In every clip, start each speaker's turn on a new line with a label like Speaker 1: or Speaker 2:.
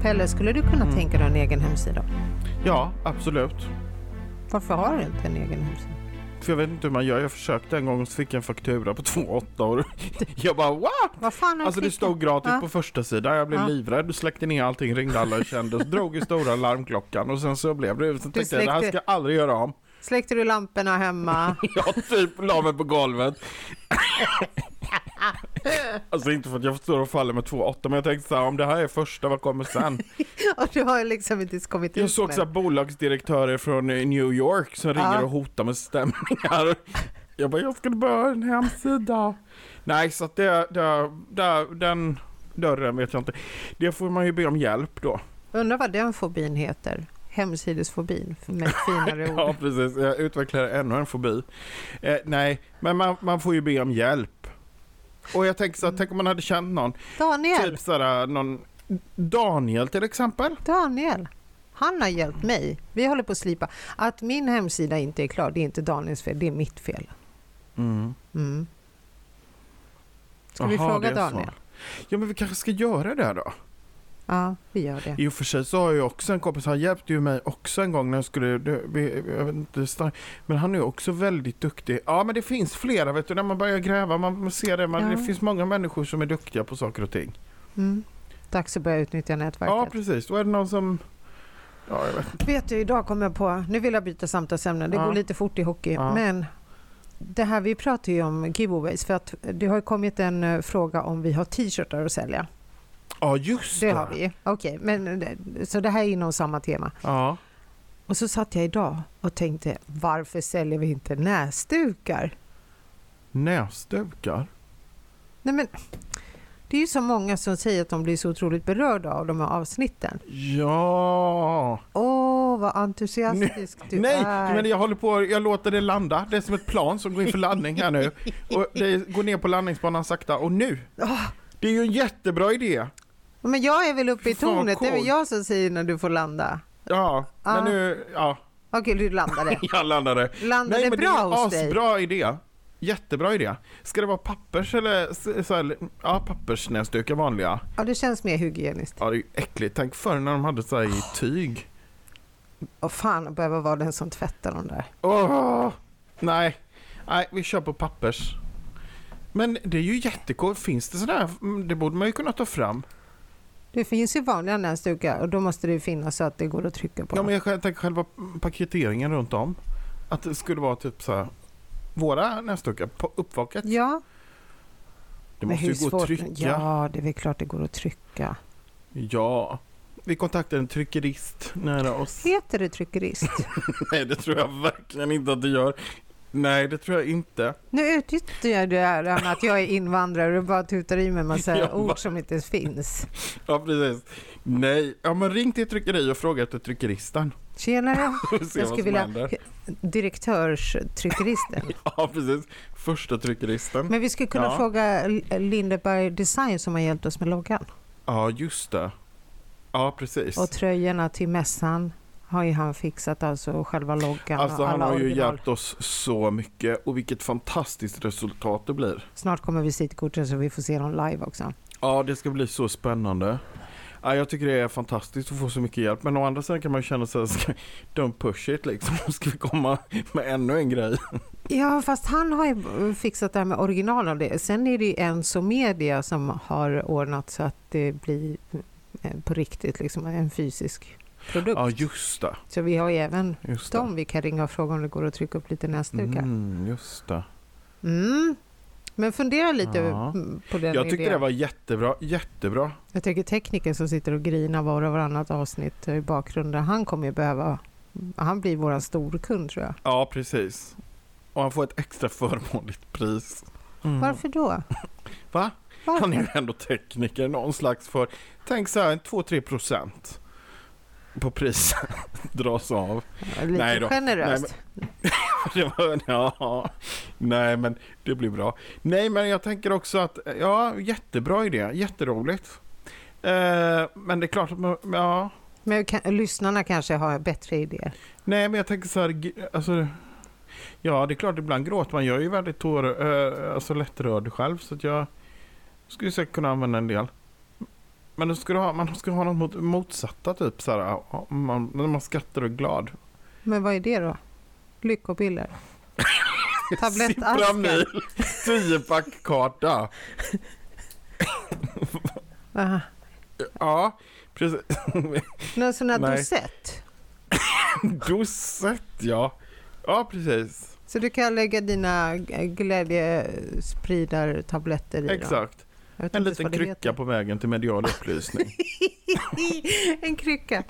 Speaker 1: Eller skulle du kunna tänka dig en egen hemsida?
Speaker 2: Ja, absolut.
Speaker 1: Varför har du inte en egen hemsida?
Speaker 2: För jag vet inte hur man gör. Jag försökte en gång och så fick jag en faktura på 2,8 år. Jag bara, what?
Speaker 1: Vad fan
Speaker 2: Alltså det stod gratis på första sidan. Jag blev livrädd. Du släckte ner allting, ringde alla jag kände. Och så drog i stora larmklockan. Och sen så blev det. Så tänkte jag, det här ska jag aldrig göra om.
Speaker 1: Släckte du lamporna hemma?
Speaker 2: Jag typ la mig på golvet. Alltså inte för att jag står och faller med 2,8. Men jag tänkte så här, om det här är första, vad kommer sen?
Speaker 1: Och du har liksom inte kommit ut med.
Speaker 2: Jag såg så här bolagsdirektörer från New York som ringer och hotar med stämningar. Jag bara, jag skulle bara ha en hemsida. Nej, så att den dörren vet jag inte. Det får man ju be om hjälp då.
Speaker 1: Undrar vad den fobin heter. Hemsidesfobin med finare ord.
Speaker 2: Ja, precis. Jag utvecklar ännu en fobi. Nej, men man får ju be om hjälp. Och jag tänker så att tänk om man hade känt någon.
Speaker 1: Daniel.
Speaker 2: Typ sådär, någon Daniel till exempel.
Speaker 1: Daniel. Han har hjälpt mig. Vi håller på att slipa. Att min hemsida inte är klar, det är inte Daniels fel, det är mitt fel. Ska vi fråga Daniel?
Speaker 2: Så. Ja, men vi kanske ska göra det då.
Speaker 1: Ja, vi gör det.
Speaker 2: I och för sig så har jag också en kompis, han hjälpte ju mig också en gång när jag skulle, jag vet inte, men han är också väldigt duktig. Ja, men det finns flera, vet du, när man börjar gräva, man ser det, det finns många människor som är duktiga på saker och ting.
Speaker 1: Dags att börja utnyttja nätverket.
Speaker 2: Ja, precis. Då är det någon som, ja, jag vet inte.
Speaker 1: Vet du, idag kommer jag på, nu vill jag byta samtalsämne, det går lite fort i hockey, men det här, vi pratar ju om giveaways, för att det har kommit en fråga om vi har t-shirtar att sälja.
Speaker 2: Ja, just det.
Speaker 1: Det har vi. Okej, men så det här är inom samma tema.
Speaker 2: Ja.
Speaker 1: Och så satt jag idag och tänkte, varför säljer vi inte näsdukar?
Speaker 2: Näsdukar?
Speaker 1: Nej, men det är ju så många som säger att de blir så otroligt berörda av de här avsnitten.
Speaker 2: Ja.
Speaker 1: Vad entusiastisk du är.
Speaker 2: Nej, men jag låter det landa. Det är som ett plan som går in för landning här nu. Och det går ner på landningsbanan sakta. Och nu, det är ju en jättebra idé.
Speaker 1: Men jag är väl uppe i tornet, det är väl jag som säger när du får landa.
Speaker 2: Ja, men nu,
Speaker 1: Okej, du landade.
Speaker 2: Jag landade.
Speaker 1: Landade det bra hos dig?
Speaker 2: Bra idé. Jättebra idé. Ska det vara pappers eller så här, pappersnäsdukar vanliga?
Speaker 1: Ja, det känns mer hygieniskt.
Speaker 2: Ja, det är ju äckligt. Tänk förr när de hade så här i tyg.
Speaker 1: Fan, behöver vara den som tvättar de där.
Speaker 2: Nej, vi kör på pappers. Men det är ju jättekul. Finns det sådär? Det borde man ju kunna ta fram.
Speaker 1: Det finns ju vanliga näsdukar och då måste det finnas så att det går att trycka på.
Speaker 2: Ja, men jag tänker själva paketeringen runt om. Att det skulle vara typ så här, våra näsdukar på uppvaket.
Speaker 1: Ja.
Speaker 2: Det måste ju gå att trycka.
Speaker 1: Ja, det är väl klart det går att trycka.
Speaker 2: Ja. Vi kontaktar en tryckerist nära oss.
Speaker 1: Heter det tryckerist?
Speaker 2: Nej, det tror jag verkligen inte att det gör. Nej, det tror jag inte.
Speaker 1: Nu utnyttjar jag det här att jag är invandrare och bara tutar i med en massa ord som inte finns.
Speaker 2: Ja, precis. Nej, men ring till tryckeri och fråga efter tryckeristen.
Speaker 1: Tjenare, jag skulle vilja direktörstryckeristen.
Speaker 2: Ja, precis. Första tryckeristen.
Speaker 1: Men vi skulle kunna fråga Lindeberg Design som har hjälpt oss med loggan.
Speaker 2: Ja, just det. Ja, precis.
Speaker 1: Och tröjorna till mässan har ju han fixat, alltså själva loggan.
Speaker 2: Alltså han har ju
Speaker 1: original.
Speaker 2: hjälpt oss så mycket och vilket fantastiskt resultat det blir.
Speaker 1: Snart kommer visitkorten så vi får se dem live också.
Speaker 2: Ja, det ska bli så spännande. Ja, jag tycker det är fantastiskt att få så mycket hjälp. Men å andra sidan kan man ju känna sig don't push it liksom. Ska vi komma med ännu en grej?
Speaker 1: Ja, fast han har ju fixat det här med original av det. Sen är det ju Enso Media som har ordnat så att det blir på riktigt liksom en fysisk produkt.
Speaker 2: Ja, just det.
Speaker 1: Så vi har ju även dem vi kan ringa och fråga om det går att trycka upp lite näsdukar.
Speaker 2: Just det.
Speaker 1: Men fundera lite på den
Speaker 2: Jag tycker
Speaker 1: idén.
Speaker 2: det var jättebra.
Speaker 1: Jag tycker tekniker som sitter och grinar var och varannat avsnitt i bakgrunden, han kommer ju behöva, han blir våran storkund tror jag.
Speaker 2: Ja, precis. Och han får ett extra förmånligt pris.
Speaker 1: Varför då?
Speaker 2: Va? Varför? Han är ju ändå tekniker, någon slags för, tänk så här, 2-3% på priset dras av.
Speaker 1: Ja, lite
Speaker 2: nej då.
Speaker 1: Generöst.
Speaker 2: Nej, men det blir bra. Nej, men jag tänker också att jättebra idé, jätteroligt. Men det är klart att
Speaker 1: Men lyssnarna kanske har bättre idéer.
Speaker 2: Nej, men jag tänker så här, alltså, ja, det är klart ibland gråter man. Jag är ju väldigt lättrörd själv, så att jag skulle säkert kunna använda en del. Men man ska ha något motsatta typ så här, när man skrattar och är glad.
Speaker 1: Men vad är det då? Lyckopiller? Tablettaskar?
Speaker 2: 10-pack-karta. Ja, precis.
Speaker 1: Någon sån här dosett?
Speaker 2: Dosett, ja. Ja, precis.
Speaker 1: Så du kan lägga dina glädjespridartabletter i dem?
Speaker 2: Exakt. En liten krycka på vägen till medial upplysning.
Speaker 1: En krycka?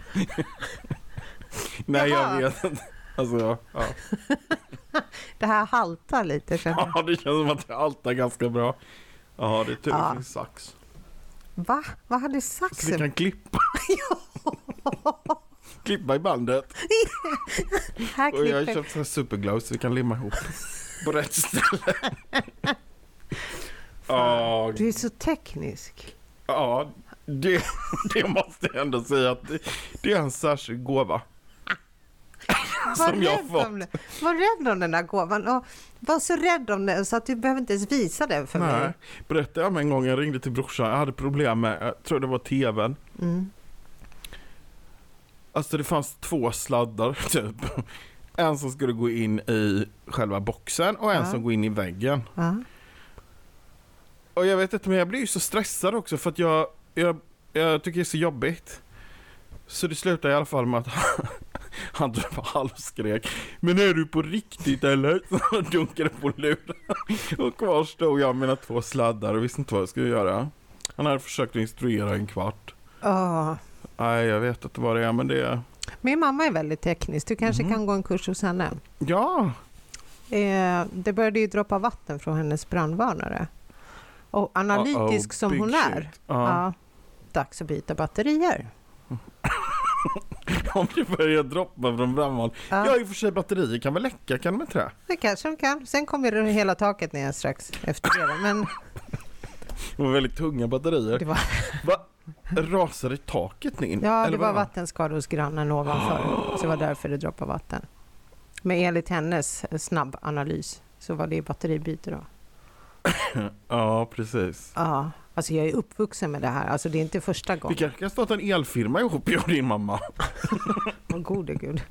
Speaker 2: Nej, jag vet inte. Alltså, ja.
Speaker 1: Det här haltar lite.
Speaker 2: Ja, det känns som att det haltar ganska bra. Ja, det är tur det finns sax.
Speaker 1: Va? Vad hade saxen?
Speaker 2: Så vi kan klippa. Klippa i bandet.
Speaker 1: Här
Speaker 2: och jag har köpt sån superglow så vi kan limma ihop på rätt ställe.
Speaker 1: Du är så teknisk.
Speaker 2: Ja, det måste jag ändå säga att det är en särskild gåva. Som jag fått.
Speaker 1: Var rädd om den där gåvan. Och var så rädd om den så att du behöver inte ens visa den för mig.
Speaker 2: Berättade jag mig en gång, jag ringde till brorsan. Jag hade problem med, jag tror det var tvn. Alltså det fanns 2 sladdar typ. En som skulle gå in i själva boxen och en som går in i väggen. Och jag vet inte, men jag blir ju så stressad också för att jag tycker det är så jobbigt. Så det slutar i alla fall med att han halvskrek. Men är du på riktigt eller? Så han dunkade på luren. Och kvar stod jag med mina 2 sladdar och visste inte vad jag skulle göra. Han hade försökt att instruera en kvart. Nej, jag vet inte vad det är, men det är...
Speaker 1: Min mamma är väldigt teknisk. Du kanske kan gå en kurs hos henne.
Speaker 2: Ja.
Speaker 1: Det började ju droppa vatten från hennes brandvarnare. Och analytisk som hon är. Dags att byta batterier.
Speaker 2: Om det börjar droppa från brandvarnaren. Ja, i och för sig batterier kan väl läcka, kan de inte?
Speaker 1: Det kanske de kan. Sen kommer det hela taket ner strax efter det. Men...
Speaker 2: Det var väldigt tunga batterier.
Speaker 1: Det var...
Speaker 2: Rasade taket ner?
Speaker 1: Ja, det var vattenskador hos grannen ovanför. Så det var därför det droppade vatten. Men enligt hennes snabb analys så var det batteribyte då.
Speaker 2: Ja, precis.
Speaker 1: Ja, alltså jag är uppvuxen med det här. Alltså det är inte första gången.
Speaker 2: Vi kanske kan starta en elfirma ihop, jag och din mamma.
Speaker 1: Åh gode gud.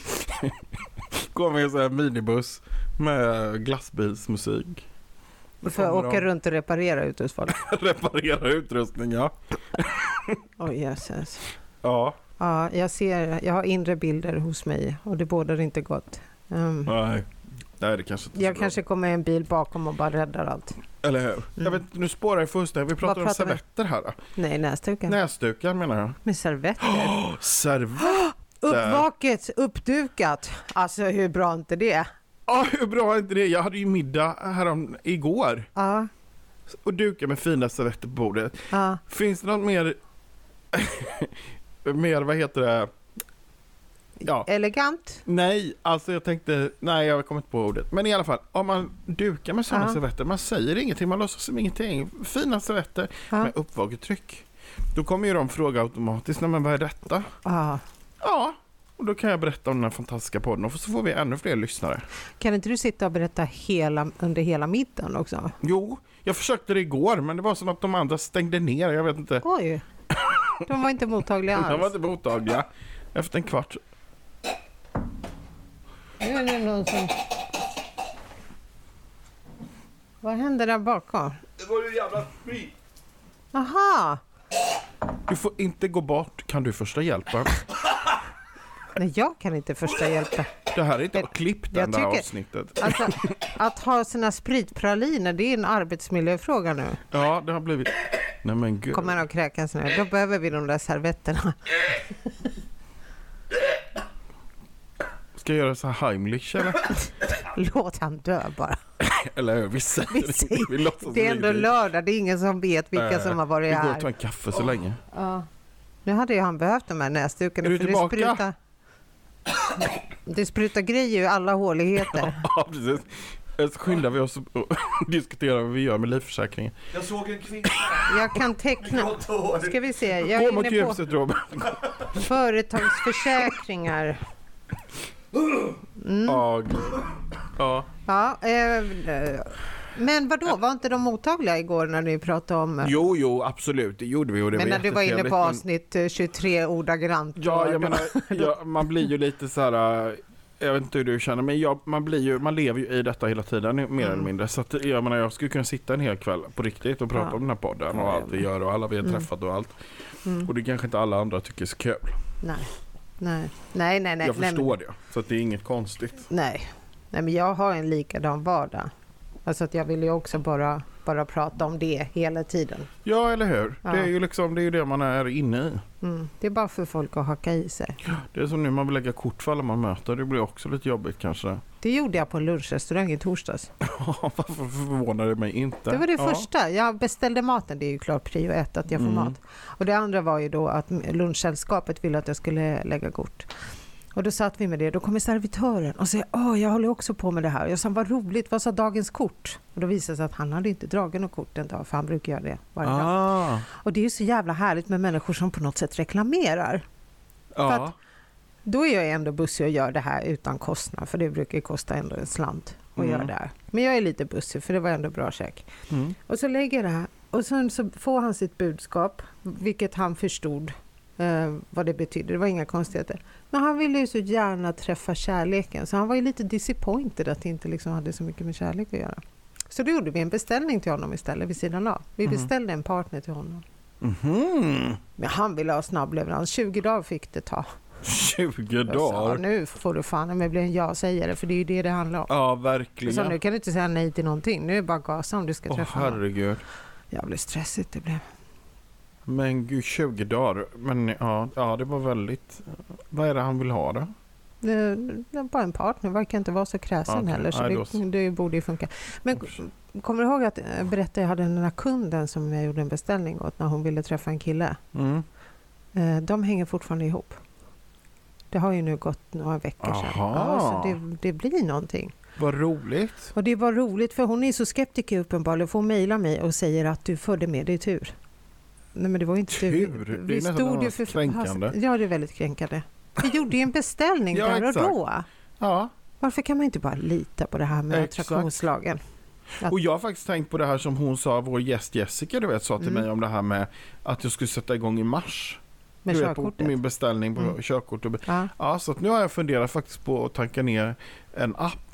Speaker 2: Gå med en sån här minibuss med glassbilsmusik.
Speaker 1: För att åka runt och reparera utrustning.
Speaker 2: Reparera utrustning, ja.
Speaker 1: Jesus.
Speaker 2: Ja.
Speaker 1: Ja, jag har inre bilder hos mig och det bådar inte gott.
Speaker 2: Nej, det kanske inte.
Speaker 1: Jag kanske kommer i en bil bakom och bara räddar allt.
Speaker 2: Eller hur? Jag vet, nu spårar jag fullständigt. Vi pratar om servetter här då.
Speaker 1: Nej, näsdukar.
Speaker 2: Näsdukar menar jag.
Speaker 1: Med servetter?
Speaker 2: Servetter?
Speaker 1: Uppvaket, uppdukat. Alltså hur bra är inte det?
Speaker 2: Ja, hur bra är inte det? Jag hade ju middag igår.
Speaker 1: Ja.
Speaker 2: Och duka med fina servetter på bordet.
Speaker 1: Ja.
Speaker 2: Finns det något mer... mer, vad heter det? Ja.
Speaker 1: Elegant?
Speaker 2: Nej, alltså jag tänkte... Nej, jag har kommit på ordet. Men i alla fall, om man dukar med sådana servetter, man säger ingenting, man låtsas som ingenting. Fina servetter med uppvaket tryck. Då kommer ju de fråga automatiskt, men vad är detta? Ja, och då kan jag berätta om den här fantastiska podden och så får vi ännu fler lyssnare.
Speaker 1: Kan inte du sitta och berätta under hela middagen också?
Speaker 2: Jo, jag försökte det igår, men det var som att de andra stängde ner, jag vet inte.
Speaker 1: Oj, de var inte mottagliga alls.
Speaker 2: De var inte mottagliga. Efter en kvart.
Speaker 1: Nu är det någon som... Vad händer där bakom?
Speaker 2: Det var ju jävla sprit.
Speaker 1: Aha!
Speaker 2: Du får inte gå bort, kan du första hjälpa?
Speaker 1: Nej, jag kan inte första hjälpa.
Speaker 2: Det här är inte klippt det här avsnittet.
Speaker 1: Alltså, att ha sina spritpraliner, det är en arbetsmiljöfråga nu.
Speaker 2: Ja, det har blivit... Nej men gud.
Speaker 1: Kommer han att kräkas nu? Då behöver vi de där servetterna.
Speaker 2: Ska jag göra så här Heimlich eller?
Speaker 1: Låt han dö bara.
Speaker 2: Eller vi säger
Speaker 1: det är ändå lördag, det är ingen som vet vilka som har varit här.
Speaker 2: Vi går och tar en kaffe så länge.
Speaker 1: Ja. Nu hade ju han behövt de här näsdukarna.
Speaker 2: Är du tillbaka?
Speaker 1: Det sprutar grejer i alla håligheter.
Speaker 2: Ja, precis. Så skyndar vi oss och diskuterar vad vi gör med livförsäkringen.
Speaker 3: Jag såg en kvinna.
Speaker 1: Jag kan teckna. Ska vi se. Jag
Speaker 2: är
Speaker 1: inne på företagsförsäkringar.
Speaker 2: Ja.
Speaker 1: Ja, Men vadå, var inte de mottagliga igår när ni pratade om...
Speaker 2: Jo, absolut, det gjorde vi. Och det
Speaker 1: men
Speaker 2: var
Speaker 1: när du var inne på avsnitt 23 ordagrant.
Speaker 2: Ja, jag menar, man blir ju lite så här... Jag vet inte hur du känner, men man lever ju i detta hela tiden mer eller mindre. Så att, jag skulle kunna sitta en hel kväll på riktigt och prata om den här podden och allt vi gör och alla vi har träffat och allt. Och det kanske inte alla andra tycker är så kul.
Speaker 1: Nej.
Speaker 2: Jag förstår det, så att det är inget konstigt.
Speaker 1: Nej, men jag har en likadan vardag. Alltså att jag vill ju också bara prata om det hela tiden.
Speaker 2: Ja, eller hur? Ja. Det är ju liksom, det är ju det man är inne i.
Speaker 1: Det är bara för folk att hacka i sig.
Speaker 2: Det är som nu man vill lägga kort för alla man möter. Det blir också lite jobbigt kanske.
Speaker 1: Det gjorde jag på en lunchrestaurang i torsdags.
Speaker 2: Varför förvånar det mig inte?
Speaker 1: Det var det första. Jag beställde maten. Det är ju klart prio 1 att jag får mat. Och det andra var ju då att lunchsällskapet ville att jag skulle lägga kort. Och då satt vi med det. Då kommer servitören och säger, jag håller också på med det här. Jag sa, vad roligt, vad sa dagens kort? Och då visade det sig att han hade inte dragit något kort en dag, för han brukar göra det varje dag. Och det är ju så jävla härligt med människor som på något sätt reklamerar. För att då är jag ändå bussig och gör det här utan kostnad, för det brukar ju kosta ändå en slant att göra det här. Men jag är lite bussig, för det var ändå bra check. Och så lägger jag det här och sen så får han sitt budskap, vilket han förstod vad det betyder. Det var inga konstigheter. Men han ville ju så gärna träffa kärleken. Så han var ju lite disappointed att det inte liksom hade så mycket med kärlek att göra. Så då gjorde vi en beställning till honom istället vid sidan av. Vi beställde en partner till honom. Men han ville ha snabb leverans. 20 dagar fick det ta.
Speaker 2: 20 dagar?
Speaker 1: Nu får du fan med bli en ja-sägare, för det är ju det handlar om.
Speaker 2: Ja, verkligen.
Speaker 1: Så nu kan du inte säga nej till någonting. Nu är det bara gasa om du ska träffa honom.
Speaker 2: Herregud.
Speaker 1: Jävligt stressigt det blev.
Speaker 2: Men gud, 20 dagar. Men ja, det var väldigt... Vad är det han vill ha då?
Speaker 1: Det är bara en partner. Verkar inte vara så kräsen heller. Så det borde ju funka. Men kommer du ihåg att jag hade den här kunden som jag gjorde en beställning åt när hon ville träffa en kille? De hänger fortfarande ihop. Det har ju nu gått några veckor sedan. Ja, så det blir någonting.
Speaker 2: Vad roligt.
Speaker 1: Och det var roligt, för hon är så skeptiker uppenbarligen. Får mejla mig och säger att du förde med dig tur. Nej, men det var inte
Speaker 2: tur. Det är nästan kränkande.
Speaker 1: Ja, det är väldigt kränkande. Vi gjorde ju en beställning där och då.
Speaker 2: Ja.
Speaker 1: Varför kan man inte bara lita på det här med attraktionslagen?
Speaker 2: Och jag har faktiskt tänkt på det här som hon sa, vår gäst Jessica, sa till mig om det här med att jag skulle sätta igång i mars.
Speaker 1: Med körkortet?
Speaker 2: På min beställning på körkort. Ja, så att nu har jag funderat faktiskt på att tanka ner en app.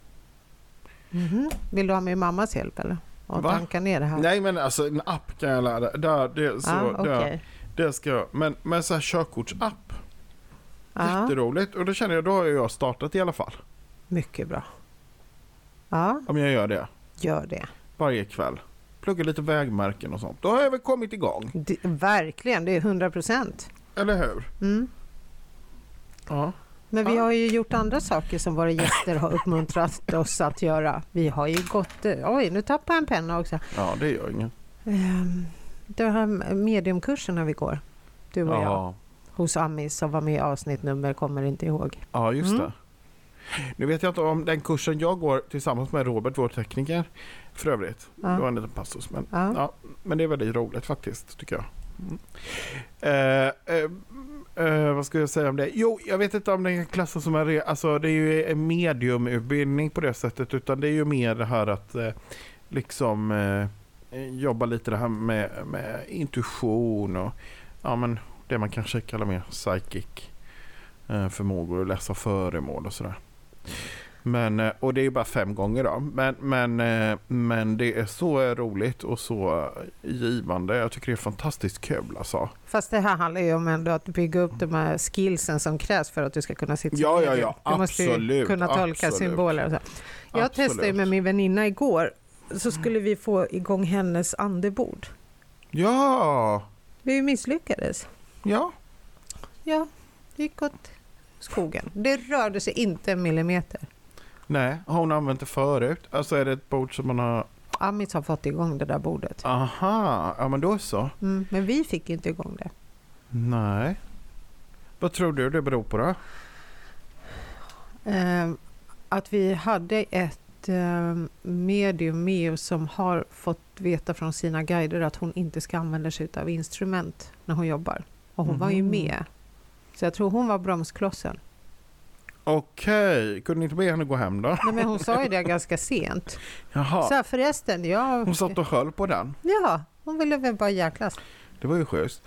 Speaker 1: Vill du ha med mammas hjälp eller? Och tanka ner det här?
Speaker 2: Nej, men alltså en app kan jag lära dig. Det ska jag. Men så här körkortsapp. Jätteroligt. Och då känner jag, då har jag startat i alla fall.
Speaker 1: Mycket bra. Ja.
Speaker 2: Om jag gör det.
Speaker 1: Gör det.
Speaker 2: Varje kväll. Plugga lite vägmärken och sånt. Då har jag väl kommit igång.
Speaker 1: Verkligen, det är 100%.
Speaker 2: Eller hur? Ja.
Speaker 1: Men vi har ju gjort andra saker som våra gäster har uppmuntrat oss att göra. Vi har ju gått... nu tappar jag en penna också.
Speaker 2: Ja, det gör inget.
Speaker 1: Den här mediumkursen när vi går. Du och jag. Hos Amis som var med i avsnittnummer, kommer inte ihåg.
Speaker 2: Ja, just det. Nu vet jag inte om den kursen jag går tillsammans med Robert, vår tekniker, för övrigt. Det var en liten passus. Men det är väldigt roligt faktiskt, tycker jag. Vad ska jag säga om det? Jo, jag vet inte om den klassas som alltså det är ju en mediumutbildning på det sättet, utan det är ju mer det här att jobba lite det här med intuition och men det man kanske kallar mer psychic förmågor att läsa föremål och sådär. Men, och det är ju bara 5 gånger då. Men det är så roligt och så givande. Jag tycker det är fantastiskt kul alltså.
Speaker 1: Fast det här handlar ju om ändå att bygga upp de här skillsen som krävs för att du ska kunna sitta
Speaker 2: Ja,
Speaker 1: du måste ju kunna tolka symboler och så. Jag testade ju med min väninna igår, så skulle vi få igång hennes andebord.
Speaker 2: Ja!
Speaker 1: Vi misslyckades.
Speaker 2: Ja.
Speaker 1: Ja, det gick åt skogen. Det rörde sig inte en millimeter.
Speaker 2: Nej, har hon använt det förut? Alltså är det ett bord som man har...
Speaker 1: Amis har fått igång det där bordet.
Speaker 2: Aha, ja men då så.
Speaker 1: Men vi fick inte igång det.
Speaker 2: Nej. Vad tror du det beror på då?
Speaker 1: Att vi hade ett medium med som har fått veta från sina guider att hon inte ska använda sig av instrument när hon jobbar. Och hon var ju med. Så jag tror hon var bromsklossen.
Speaker 2: Okej, kunde ni inte be henne gå hem då?
Speaker 1: Nej, men hon sa ju det ganska sent.
Speaker 2: Jaha.
Speaker 1: Så här, förresten,
Speaker 2: Hon satt och höll på den.
Speaker 1: Ja, hon ville väl bara jäklas.
Speaker 2: Det var ju schysst.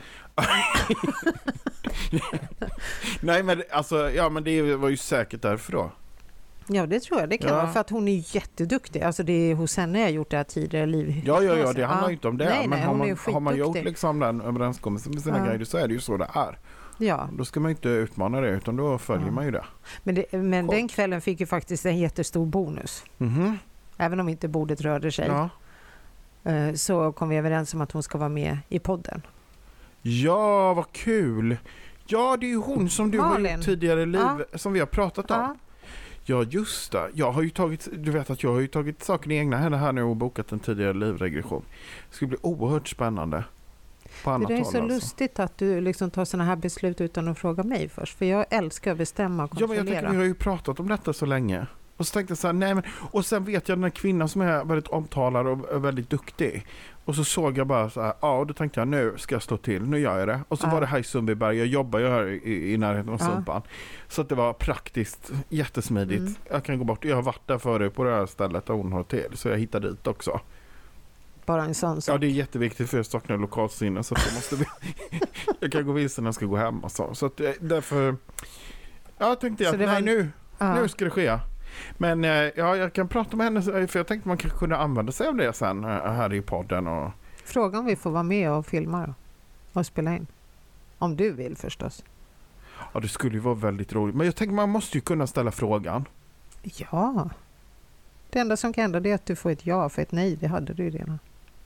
Speaker 2: Nej men alltså, ja men det var ju säkert därför då.
Speaker 1: Ja, det tror jag. Det kan vara för att hon är jätteduktig. Alltså det är hos henne jag gjort det här tidigare liv.
Speaker 2: Ja, det handlar ju inte om det.
Speaker 1: Nej,
Speaker 2: men har man gjort
Speaker 1: skitduktig.
Speaker 2: liksom den överenskommelsen med sina grejer, så är det ju så det är.
Speaker 1: Ja.
Speaker 2: Då ska man ju inte utmana det, utan då följer man ju det.
Speaker 1: Men den kvällen fick ju faktiskt en jättestor bonus.
Speaker 2: Mhm.
Speaker 1: Även om inte bordet rörde sig.
Speaker 2: Ja.
Speaker 1: Så kom vi överens om att hon ska vara med i podden.
Speaker 2: Ja, vad kul! Ja, det är ju hon som du har gjort tidigare i liv, som vi har pratat om. Ja, just det. Jag har ju tagit saken i egna händer här nu och bokat en tidigare livregression. Det ska bli oerhört spännande. Det
Speaker 1: är så lustigt att du liksom tar såna här beslut utan att fråga mig först. För jag älskar att bestämma och kontrollera.
Speaker 2: Ja, men jag tänker, vi har ju pratat om detta så länge. Och så tänkte jag så här, nej men, och sen vet jag den här kvinnan som är väldigt omtalad och väldigt duktig. Och så såg jag bara så här, då tänkte jag, nu ska jag slå till, nu gör jag det. Och så var det här i Sundbyberg, jag jobbar ju här i närheten av Sumpan. Så att det var praktiskt, jättesmidigt. Jag kan gå bort, jag har varit där förut på det här stället där hon har till, så jag hittade dit också.
Speaker 1: Bara en sån sak.
Speaker 2: Ja, det är jätteviktigt för jag saknar lokalsinne, så att jag kan gå vilse när jag ska gå hem och så. Så att därför, tänkte jag att nu ska det ske. Men jag kan prata med henne, för jag tänkte man kanske kunde använda sig av det sen här i podden. Och...
Speaker 1: Fråga om vi får vara med och filma då, och spela in. Om du vill förstås.
Speaker 2: Ja, det skulle ju vara väldigt roligt. Men jag tänker man måste ju kunna ställa frågan.
Speaker 1: Ja. Det enda som kan hända är att du får ett ja, för ett nej, det hade du ju redan.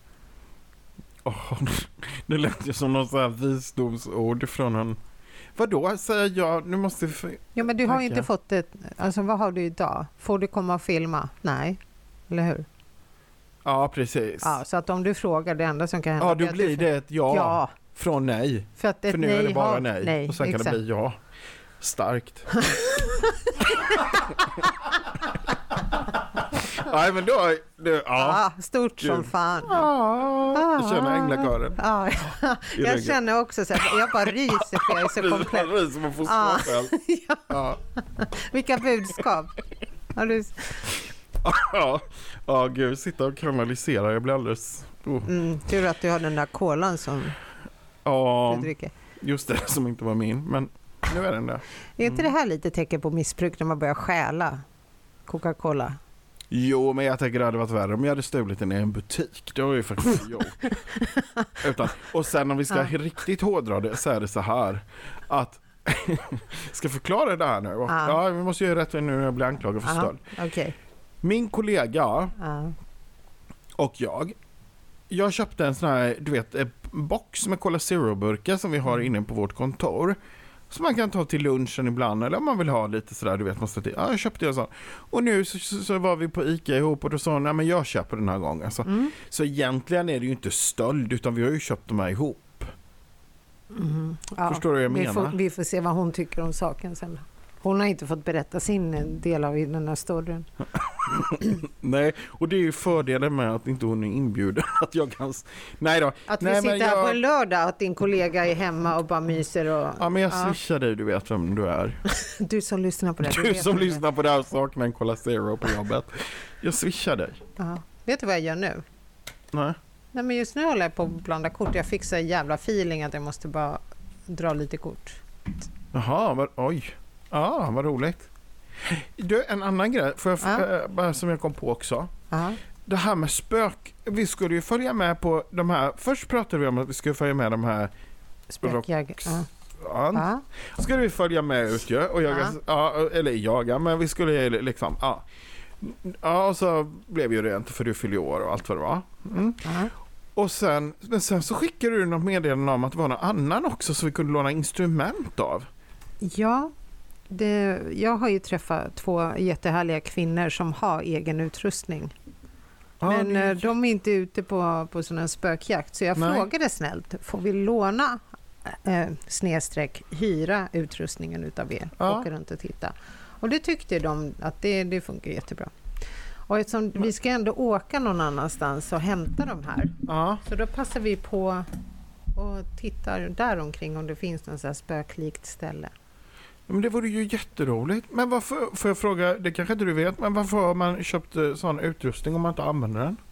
Speaker 2: Det lät ju som någon sån här visdomsord från en... Vadå? Säger jag, nu måste...
Speaker 1: Ja, men du har ju inte fått det... Alltså, vad har du idag? Får du komma och filma? Nej. Eller hur?
Speaker 2: Ja, precis.
Speaker 1: Ja, så att om du frågar, det enda som kan hända...
Speaker 2: Ja, då blir det ett ja från nej.
Speaker 1: För
Speaker 2: nu är det bara nej. Och sen
Speaker 1: exakt.
Speaker 2: Kan det bli ja. Starkt. Nej, men då...
Speaker 1: stort som fan.
Speaker 2: Jag känner änglakören.
Speaker 1: Jag känner också så här, jag bara ryser för jag är så komplett.
Speaker 2: Jag ryser man får stå
Speaker 1: Vilka budskap. Har du...
Speaker 2: Gud, sitta och kanalisera. Jag blir alldeles...
Speaker 1: Tur att du har den där kolan som du dricker.
Speaker 2: Just det, som inte var min. Men nu är den där.
Speaker 1: Är inte det här lite tecken på missbruk när man börjar stjäla Coca-Cola?
Speaker 2: Jo, men jag tänker det hade varit värre om jag hade stulit den i en butik. Det var ju faktiskt och sen om vi ska riktigt hårdra det, så är det så här att ska förklara det här nu. Vi måste göra rätt nu när jag blir anklagad för stöld.
Speaker 1: Okay.
Speaker 2: Min kollega och jag köpte en sån här, du vet, box med Cola Zero-burkar som vi har inne på vårt kontor. Så man kan ta till lunchen ibland, eller om man vill ha lite sådär, du vet, måste till. Jag köpte en sån. Och nu så var vi på ICA ihop och då sa nej men jag köper den här gången. Så egentligen är det ju inte stöld, utan vi har ju köpt de här ihop. Förstår du vad jag menar?
Speaker 1: Vi får se vad hon tycker om saken sen. Hon har inte fått berätta sin del av den här storyn.
Speaker 2: Nej, och det är ju fördelen med att inte hon är inbjuden. Att jag kan... Nej då.
Speaker 1: Att vi sitter här på en lördag, att din kollega är hemma och bara myser. Och...
Speaker 2: Ja, men jag swishar dig, du vet vem du är.
Speaker 1: Du som lyssnar på det.
Speaker 2: Du som lyssnar på det här saknar en Cola Zero på jobbet. Jag swishar dig.
Speaker 1: Vet du vad jag gör nu?
Speaker 2: Nej,
Speaker 1: men just nu håller jag på att blanda kort. Jag fick så jävla feeling att jag måste bara dra lite kort.
Speaker 2: Jaha, oj. Vad roligt. Du, en annan grej bara som jag kom på också. Det här med spök. Vi skulle ju följa med på de här. Först pratade vi om att vi skulle följa med de här
Speaker 1: spökjägare.
Speaker 2: Skulle vi följa med ut och jaga, men vi skulle liksom och så blev ju det inte för du fyller år och allt vad det var. Och sen så skickade du något meddelande om att det var någon annan också så vi kunde låna instrument av. Ja.
Speaker 1: Jag har ju träffat 2 jättehärliga kvinnor som har egen utrustning. Men de är inte ute på sån här spökjakt. Så jag frågade snällt, får vi låna hyra utrustningen utav er? Åka runt och titta. Och det tyckte de att det funkar jättebra. Och eftersom vi ska ändå åka någon annanstans och hämta de här. Så då passar vi på och tittar där omkring om det finns någon så här spöklikt ställe.
Speaker 2: Men det vore ju jätteroligt. Men varför, får jag fråga, det kanske inte du vet, men varför har man köpt sån utrustning om man inte använder den?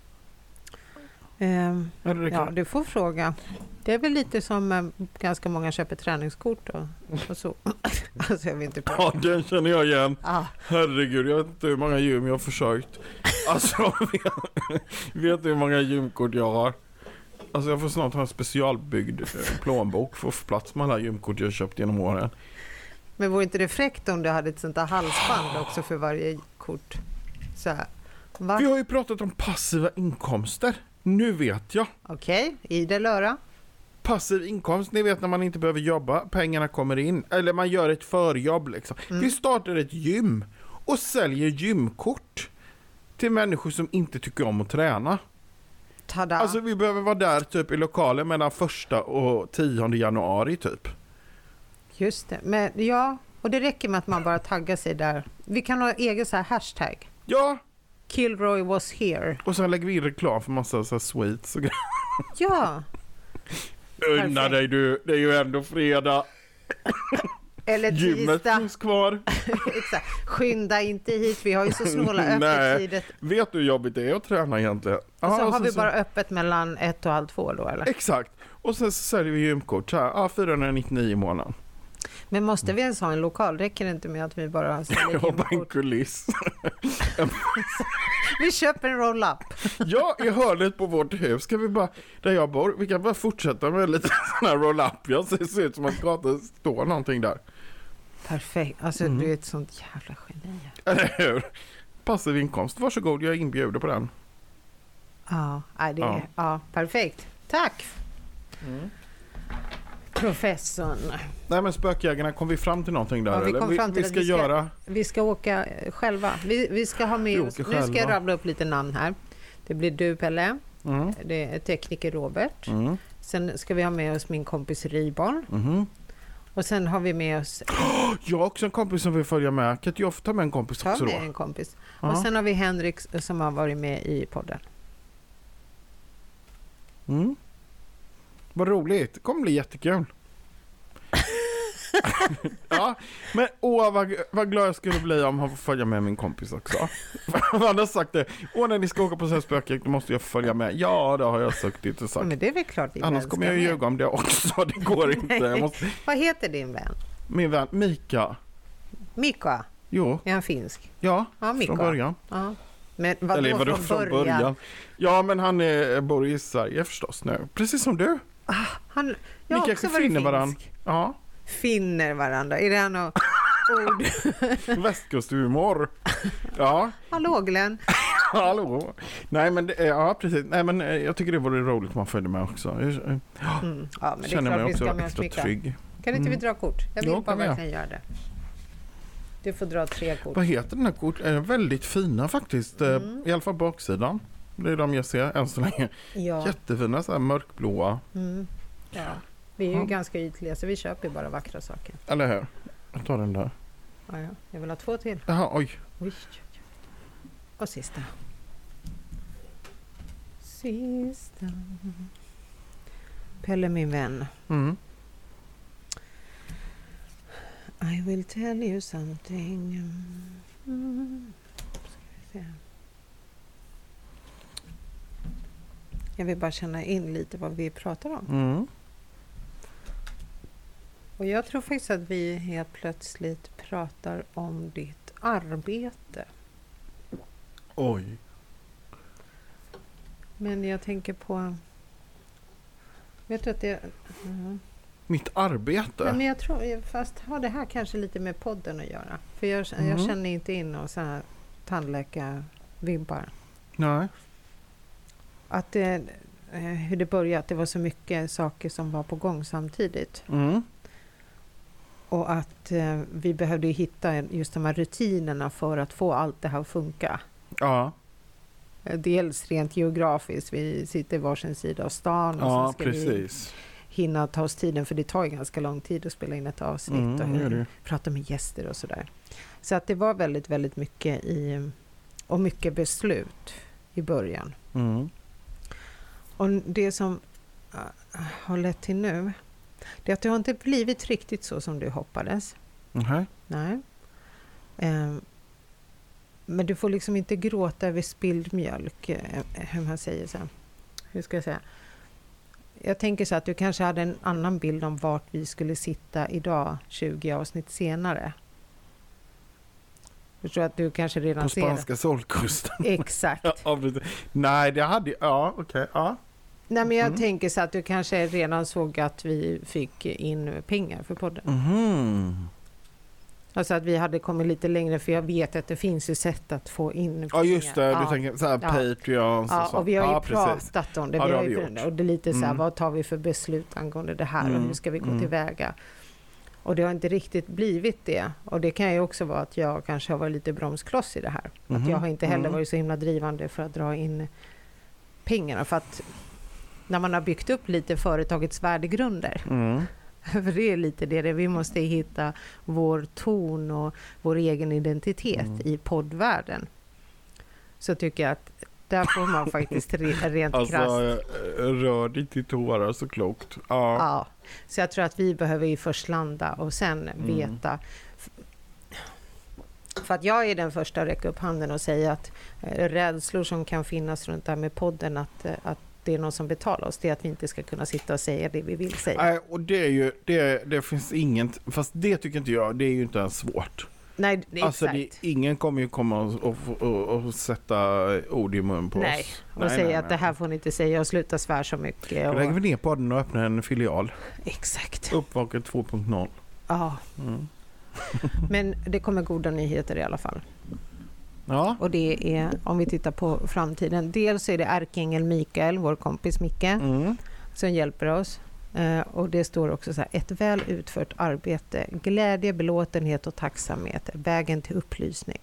Speaker 1: Ja, du får fråga. Det är väl lite som ganska många köper träningskort och så. Alltså jag vet inte.
Speaker 2: Ja, den känner jag igen. Herregud, jag vet inte hur många gym jag har försökt. Alltså, vet du hur många gymkort jag har? Alltså jag får snart ha en specialbyggd plånbok för att få plats med alla gymkort jag har köpt genom åren.
Speaker 1: Men vore inte det fräckt om du hade ett sånt där halsband också för varje kort? Så här.
Speaker 2: Vi har ju pratat om passiva inkomster. Nu vet jag.
Speaker 1: Okej, idel öra.
Speaker 2: Passiv inkomst, ni vet när man inte behöver jobba, pengarna kommer in. Eller man gör ett förjobb liksom. Vi startar ett gym och säljer gymkort till människor som inte tycker om att träna.
Speaker 1: Tada.
Speaker 2: Alltså vi behöver vara där typ i lokalen mellan 1 och 10 januari typ.
Speaker 1: Just det, men ja, och det räcker med att man bara taggar sig där. Vi kan ha egen så här hashtag.
Speaker 2: Ja.
Speaker 1: Kilroy was here.
Speaker 2: Och sen lägger vi in reklam för massa så här sweets och grejer.
Speaker 1: Ja.
Speaker 2: Unna dig du, det är ju ändå fredag.
Speaker 1: Eller tisdag.
Speaker 2: Gymmet finns kvar.
Speaker 1: Exakt. Skynda inte hit, vi har ju så snåla öppettider.
Speaker 2: Vet du hur jobbigt det är att träna egentligen?
Speaker 1: Och så har vi bara öppet mellan 1 och halv 2 då eller?
Speaker 2: Exakt. Och sen så säljer vi gymkort så här, 499 i månaden.
Speaker 1: Men måste vi ens ha en lokal? Räcker det inte med att vi bara säljer
Speaker 2: Jag har bara en
Speaker 1: gymkort?
Speaker 2: kuliss.
Speaker 1: Vi köper en roll-up.
Speaker 2: Ja, i hörnet på vårt hus ska vi bara, där jag bor, vi kan bara fortsätta med lite sån här roll-up. Jag ser ut som att det står någonting där.
Speaker 1: Perfekt. Alltså du är ett sånt jävla geni.
Speaker 2: Eller hur? Passiv inkomst. Varsågod, jag inbjuder på den.
Speaker 1: Ja, perfekt. Tack. Professorn.
Speaker 2: Nej men spökjägarna, kom vi fram till någonting där?
Speaker 1: Ja, vi kom fram till
Speaker 2: vi ska göra...
Speaker 1: Vi ska åka själva. Vi ska ha med oss... Nu ska jag rabbla upp lite namn här. Det blir du, Pelle. Det är tekniker Robert. Sen ska vi ha med oss min kompis Riborn. Och sen har vi med oss...
Speaker 2: Jag har också en kompis som vill följa med. Kan inte jag få ta med en kompis också då?
Speaker 1: En kompis. Och sen har vi Henrik som har varit med i podden.
Speaker 2: Vad roligt. Det kommer bli jättekul. Ja, men vad glad jag skulle bli om han får följa med min kompis också. Han hade sagt det. När ni ska åka på så här spökjakt då måste jag följa med. Ja, det har jag suttit och sagt.
Speaker 1: Men det är väl klart.
Speaker 2: Annars kommer jag ljuga om det också. Det går inte.
Speaker 1: Vad heter din vän?
Speaker 2: Min vän Mika.
Speaker 1: Mika?
Speaker 2: Jo.
Speaker 1: Är han finsk?
Speaker 2: Ja,
Speaker 1: Mika.
Speaker 2: Från början.
Speaker 1: Ja. Men vadå från början?
Speaker 2: Ja, men han bor i Sverige förstås nu. Precis som du.
Speaker 1: Jag har också varit finsk.
Speaker 2: Varandra. Ja.
Speaker 1: Finner varandra. Är det här något ord?
Speaker 2: Västkusthumor. Ja.
Speaker 1: Hallå Glenn.
Speaker 2: Hallå. Nej men ja precis. Nej men jag tycker det vore roligt om man följde med också.
Speaker 1: Ja, men det
Speaker 2: känner mig också
Speaker 1: ska
Speaker 2: extra trygg.
Speaker 1: Kan inte vi dra kort? Jag vill bara verkligen göra det. Du får dra 3 kort.
Speaker 2: Vad heter den här kort? Är väldigt fina faktiskt. I alla fall baksidan. Det är de jag ser än så länge. Ja. Jättefina så här mörkblåa.
Speaker 1: Ja. Vi är ju ganska ytliga så vi köper bara vackra saker.
Speaker 2: Eller hur? Jag tar den där.
Speaker 1: Ja. Jag vill ha 2 till.
Speaker 2: Jaha, oj.
Speaker 1: Och sista. Pelle min vän. I will tell you something. Ska vi se. Jag vill bara känna in lite vad vi pratar om. Och jag tror faktiskt att vi helt plötsligt pratar om ditt arbete.
Speaker 2: Oj.
Speaker 1: Men jag tänker på... Vet du att det...
Speaker 2: Mitt arbete?
Speaker 1: Ja, men jag tror... Fast har det här kanske lite med podden att göra. För jag känner inte in någon sån här tandläkarvibbar.
Speaker 2: Nej.
Speaker 1: Att det... Hur det började, att det var så mycket saker som var på gång samtidigt. Och att vi behövde hitta just de här rutinerna för att få allt det här att funka.
Speaker 2: Ja.
Speaker 1: Dels rent geografiskt, vi sitter i varsin sida av stan och så ska
Speaker 2: precis.
Speaker 1: Vi hinna ta oss tiden, för det tar ju ganska lång tid att spela in ett avsnitt och prata med gäster och sådär. Så att det var väldigt, väldigt mycket och mycket beslut i början. Och det som har lett till nu, det är att det har inte blivit riktigt så som du hoppades. Nej. Men du får liksom inte gråta över spilld mjölk, hur man säger så. Hur ska jag säga? Jag tänker så att du kanske hade en annan bild om vart vi skulle sitta idag 20 avsnitt senare. Jag tror att du kanske redan
Speaker 2: på
Speaker 1: ser
Speaker 2: spanska solkusten.
Speaker 1: Exakt.
Speaker 2: Nej, det hade... Ja, okej. Ja.
Speaker 1: Nej, men jag tänker så att du kanske redan såg att vi fick in pengar för podden. Alltså att vi hade kommit lite längre, för jag vet att det finns ju sätt att få in pengar.
Speaker 2: Ja, just det. Du tänker så här Patreon.
Speaker 1: Ja, och vi har ju pratat
Speaker 2: precis.
Speaker 1: om det.
Speaker 2: Ja,
Speaker 1: vi har
Speaker 2: gjort.
Speaker 1: Och det är lite så här, vad tar vi för beslut angående det här och hur ska vi gå tillväga? Och det har inte riktigt blivit det. Och det kan ju också vara att jag kanske har varit lite bromskloss i det här. Att jag har inte heller varit så himla drivande för att dra in pengarna. För att när man har byggt upp lite företagets värdegrunder, för det är lite det, vi måste hitta vår ton och vår egen identitet i poddvärlden. Så tycker jag att där får man faktiskt rent krasst.
Speaker 2: Alltså, rör dig till tårar så klokt.
Speaker 1: Ja, så jag tror att vi behöver ju först landa och sen veta. För att jag är den första att räcka upp handen och säga att rädslor som kan finnas runt det här med podden, att det är någon som betalar oss, det är att vi inte ska kunna sitta och säga det vi vill säga.
Speaker 2: Nej, och det är ju, det finns inget, fast det tycker inte jag, det är ju inte ens svårt.
Speaker 1: Nej,
Speaker 2: alltså ingen kommer ju komma och sätta ord i mun på oss.
Speaker 1: Och säga att det här får ni inte säga och sluta svär så mycket.
Speaker 2: Då lägger vi ner podden och öppnar en filial.
Speaker 1: Exakt.
Speaker 2: Uppvaket 2.0.
Speaker 1: Ja. Men det kommer goda nyheter i alla fall.
Speaker 2: Ja.
Speaker 1: Och det är, om vi tittar på framtiden, dels är det ärkeängel Mikael, vår kompis Micke, som hjälper oss. Och det står också så här: ett väl utfört arbete, glädje, belåtenhet och tacksamhet, vägen till upplysning.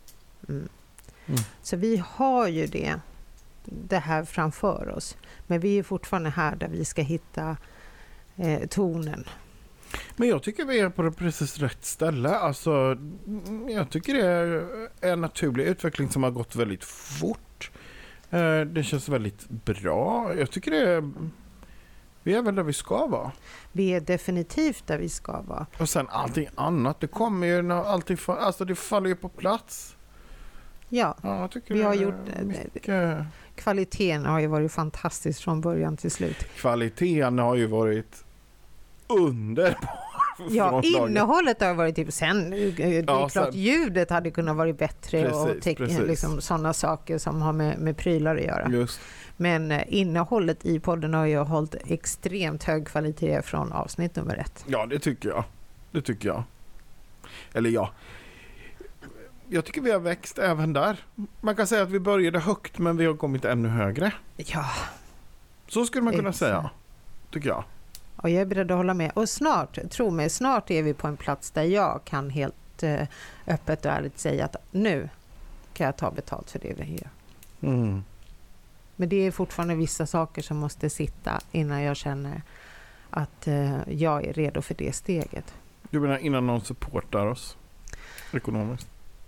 Speaker 1: Så vi har ju det här framför oss, men vi är fortfarande här där vi ska hitta tonen.
Speaker 2: Men jag tycker vi är på precis rätt ställe. Alltså, jag tycker det är en naturlig utveckling som har gått väldigt fort. Det känns väldigt bra. Jag tycker vi är väl där vi ska vara.
Speaker 1: Vi är definitivt där vi ska vara.
Speaker 2: Och sen allting annat, det kommer ju när allting alltså det faller ju på plats.
Speaker 1: Ja,
Speaker 2: jag tycker
Speaker 1: vi har gjort
Speaker 2: mycket.
Speaker 1: Kvaliteten har ju varit fantastisk från början till slut.
Speaker 2: Kvaliteten har ju varit underbar.
Speaker 1: Ja, innehållet har varit typ sen. Det är klart ljudet hade kunnat vara bättre,
Speaker 2: precis,
Speaker 1: och liksom sådana saker som har med prylar att göra.
Speaker 2: Just.
Speaker 1: Men innehållet i podden har ju hållit extremt hög kvalitet från avsnitt nummer 1.
Speaker 2: Ja, det tycker jag. Eller ja. Jag tycker vi har växt även där. Man kan säga att vi började högt, men vi har kommit ännu högre.
Speaker 1: Ja.
Speaker 2: Så skulle man kunna säga, tycker jag.
Speaker 1: Och jag är beredd att hålla med. Och snart är vi på en plats där jag kan helt öppet och ärligt säga att nu kan jag ta betalt för det vi gör. Men det är fortfarande vissa saker som måste sitta innan jag känner att jag är redo för det steget.
Speaker 2: Du menar innan någon supportar oss ekonomiskt?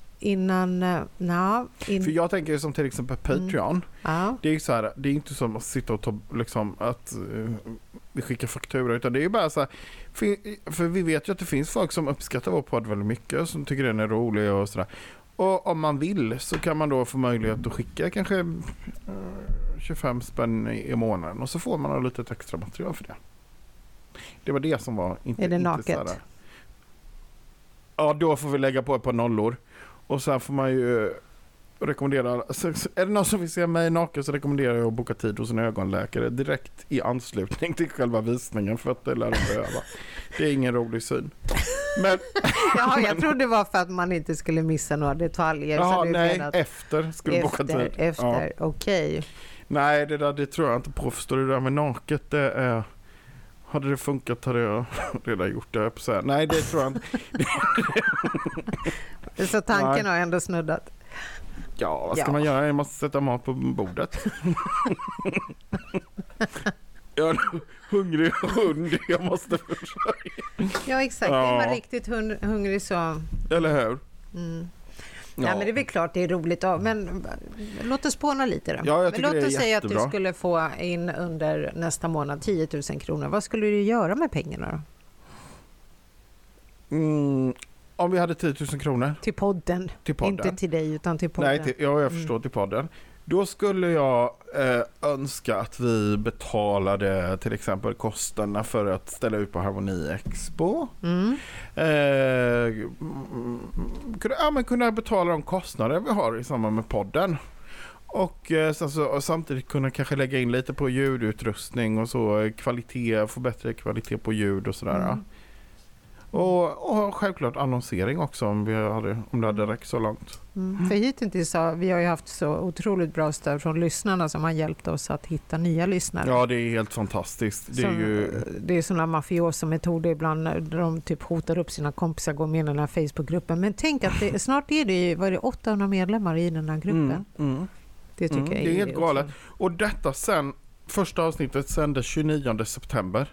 Speaker 2: För jag tänker som till exempel Patreon. Det är ju så här, det är inte som att sitta och ta liksom att vi skickar faktura, utan det är ju bara så här, för vi vet ju att det finns folk som uppskattar vår podd väldigt mycket, som tycker den är rolig och sådär. Och om man vill så kan man då få möjlighet att skicka kanske 25 spänn i månaden, och så får man lite extra material för det. Det var det som var inte.
Speaker 1: Är det naket?
Speaker 2: Inte så här. Ja, då får vi lägga på ett par nollor. Och sen får man ju rekommendera, är det någon som vill se mig naken så rekommenderar jag att boka tid hos en ögonläkare direkt i anslutning till själva visningen, för att det lär de behöva. Det är ingen rolig syn. Men,
Speaker 1: jag trodde det var för att man inte skulle missa några detaljer.
Speaker 2: Ja, nej, efter skulle boka tid.
Speaker 1: Efter, okej.
Speaker 2: Nej, det tror jag inte på. Förstår du, det där med naket, det är... Hade det funkat hade jag redan gjort det. Nej, det tror jag inte.
Speaker 1: Så tanken har ändå snuddat.
Speaker 2: Ja, vad ska man göra? Jag måste sätta mat på bordet. Jag är en hungrig hund. Jag måste försörja.
Speaker 1: Ja, exakt. Ja. Är man riktigt hungrig så...
Speaker 2: Eller hur?
Speaker 1: Ja, men det är väl klart det är roligt. Men låt oss spåna lite då.
Speaker 2: Ja,
Speaker 1: men låt oss säga att du skulle få in under nästa månad 10 000 kronor. Vad skulle du göra med pengarna då?
Speaker 2: Om vi hade 10 000 kronor.
Speaker 1: Till podden. Inte till dig utan till podden.
Speaker 2: Nej, jag förstår, till podden. Då skulle jag önska att vi betalade till exempel kostnaderna för att ställa ut på Harmoni Expo. Kunna betala de kostnader vi har i samband med podden. Och samtidigt kunna kanske lägga in lite på ljudutrustning och så kvalitet, få bättre kvalitet på ljud och sådär. Och självklart annonsering också om det hade räckt så långt.
Speaker 1: För hittills vi har ju haft så otroligt bra stöd från lyssnarna som har hjälpt oss att hitta nya lyssnare.
Speaker 2: Ja, det är helt fantastiskt.
Speaker 1: Det är sådana mafiosa metoder ibland när de typ hotar upp sina kompisar, går med i den här Facebookgruppen. Men tänk att snart är det 800 medlemmar i den här gruppen. Det tycker jag
Speaker 2: det är helt galet. Och detta första avsnittet sändes 29 september.